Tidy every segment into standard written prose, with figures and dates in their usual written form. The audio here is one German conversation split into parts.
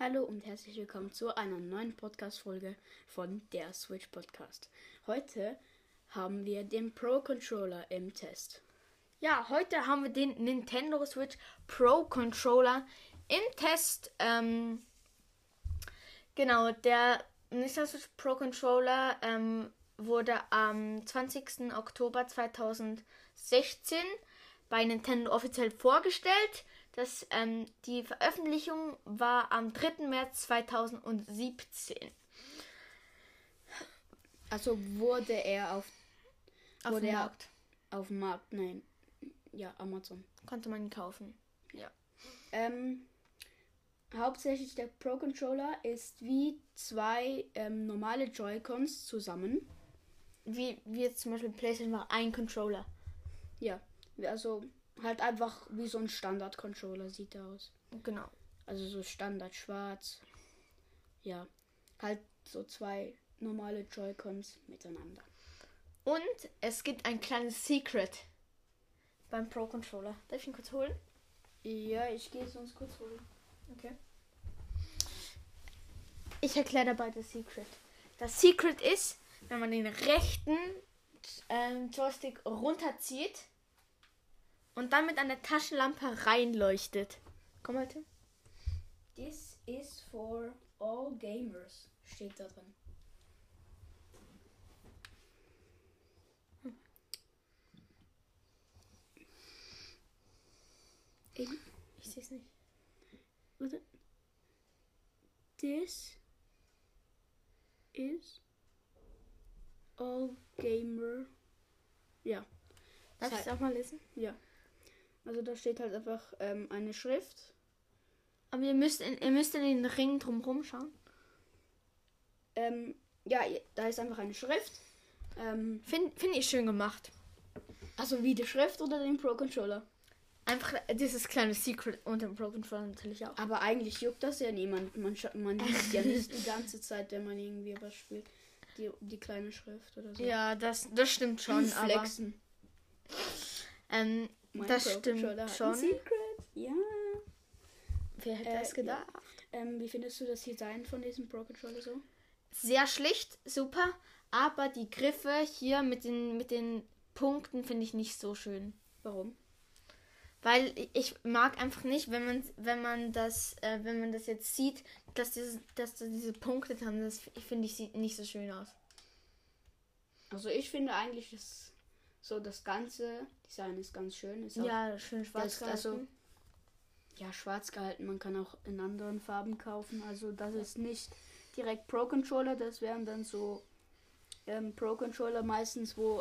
Hallo und herzlich willkommen zu einer neuen Podcast-Folge von der Switch Podcast. Heute haben wir den Pro Controller im Test. Ja, heute haben wir den Nintendo Switch Pro Controller im Test. Genau, der Nintendo Switch Pro Controller wurde am 20. Oktober 2016 bei Nintendo offiziell vorgestellt. Die Veröffentlichung war am 3. März 2017. Also wurde er auf dem Markt. Auf dem Markt, nein, ja, Amazon. Konnte man ihn kaufen. Ja. Hauptsächlich der Pro Controller ist wie zwei normale Joy-Cons zusammen. Wie jetzt zum Beispiel PlayStation war ein Controller. Ja, also halt einfach wie so ein Standard-Controller sieht er aus. Genau. Also so Standard schwarz. Ja, halt so zwei normale Joy-Cons miteinander. Und es gibt ein kleines Secret beim Pro Controller. Darf ich ihn kurz holen? Ja, ich gehe sonst kurz holen. Okay. Ich erkläre dabei das Secret. Das Secret ist, wenn man den rechten Joystick runterzieht und dann mit einer Taschenlampe reinleuchtet. Komm mal hin. This is for all gamers, steht da drin. Ich sehe es nicht. Oder? This is all gamer. Ja. Darf ich es auch mal lesen? Ja. Also da steht halt einfach eine Schrift. Aber ihr müsst in den Ring drumherum schauen. Ja, da ist einfach eine Schrift. Finde ich schön gemacht. Also wie die Schrift oder den Pro Controller? Einfach dieses kleine Secret und den Pro Controller natürlich auch. Aber eigentlich juckt das ja niemand. Man liest ja nicht die ganze Zeit, wenn man irgendwie was spielt. Die kleine Schrift oder so. Ja, das stimmt schon. Flexen. Das stimmt schon. Secret? Ja. Wer hätte das gedacht? Ja. Wie findest du das Design von diesem Pro Controller so? Sehr schlicht, super. Aber die Griffe hier mit den Punkten finde ich nicht so schön. Warum? Weil ich mag einfach nicht, wenn man das jetzt sieht, dass da diese Punkte dran sind. Das finde ich sieht nicht so schön aus. Also ich finde eigentlich, das ganze Design ist ganz schön. Ist ja, schön schwarz gehalten. Also, ja, schwarz gehalten. Man kann auch in anderen Farben kaufen. Also das ist nicht direkt Pro Controller. Das wären dann so Pro Controller meistens, wo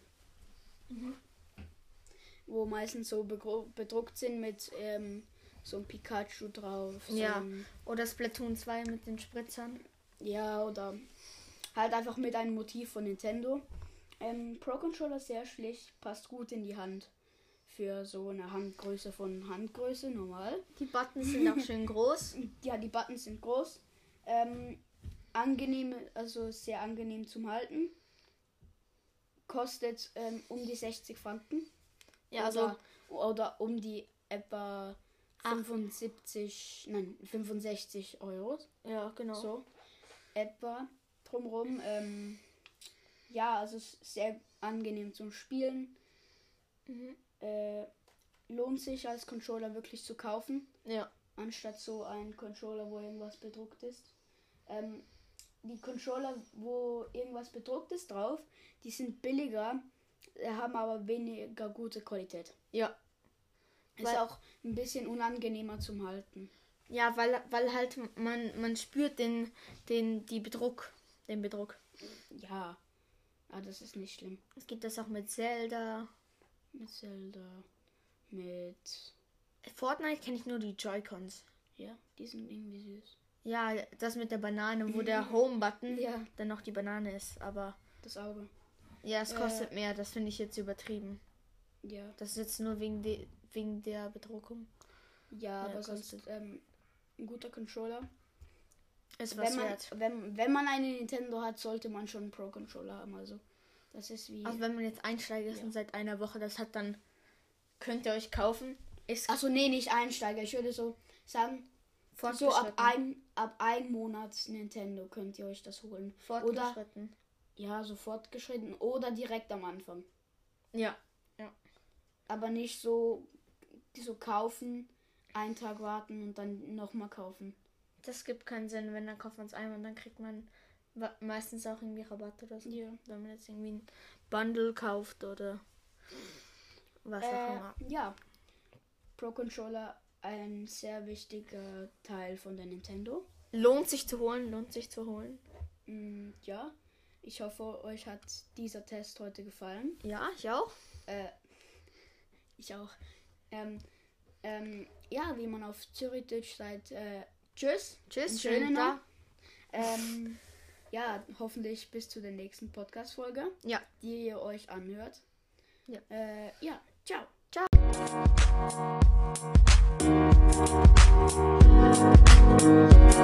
meistens so bedruckt sind mit so ein Pikachu drauf. Ja, oder Splatoon 2 mit den Spritzern. Ja, oder halt einfach mit einem Motiv von Nintendo. Pro Controller sehr schlicht, passt gut in die Hand. Für so eine Handgröße von Handgröße, normal. Die Buttons sind auch schön groß. Ja, die Buttons sind groß. Angenehm, also sehr angenehm zum Halten. Kostet um die 60 Franken. Ja, oder um die etwa 65 Euro. Ja, genau. So, etwa drumherum. Ja, also sehr angenehm zum Spielen. Lohnt sich als Controller wirklich zu kaufen. Ja. Anstatt so ein Controller, wo irgendwas bedruckt ist. Die Controller, wo irgendwas bedruckt ist drauf, die sind billiger, haben aber weniger gute Qualität. Ja. Ist auch ein bisschen unangenehmer zum Halten. Ja, weil halt man spürt den Bedruck. Ja, aber das ist nicht schlimm. Es gibt das auch mit Zelda. Mit Fortnite kenne ich nur die Joy-Cons. Ja, die sind irgendwie süß. Ja, das mit der Banane, wo der Home-Button Ja. dann noch die Banane ist, aber Das Auge. ja, es kostet mehr, das finde ich jetzt übertrieben. Ja. Das ist jetzt nur wegen der Bedruckung. Ja, aber sonst ein guter Controller. Ist was wert. Wenn man eine Nintendo hat, sollte man schon einen Pro Controller haben. Also das ist wie. Also wenn man jetzt Einsteiger ist und seit einer Woche das hat, dann könnt ihr euch kaufen. Achso, nee, nicht Einsteiger. Ich würde so sagen, So ab ein Monat Nintendo könnt ihr euch das holen. Fortgeschritten. Ja, so fortgeschritten oder direkt am Anfang. Ja. Aber nicht so kaufen, einen Tag warten und dann nochmal kaufen. Das gibt keinen Sinn, wenn dann kauft man es einmal und dann kriegt man meistens auch irgendwie Rabatt oder so. Ja. Wenn man jetzt irgendwie ein Bundle kauft oder was auch immer. Ja, Pro Controller ein sehr wichtiger Teil von der Nintendo. Lohnt sich zu holen. Ja, ich hoffe, euch hat dieser Test heute gefallen. Ja, ich auch. Ich auch. Ja, wie man auf Zürichdeutsch sagt, tschüss. Tschüss, schönen schönen Tag. Ja, hoffentlich bis zu der nächsten Podcast-Folge, Ja. die ihr euch anhört. Ja. Ja, ciao. Ciao.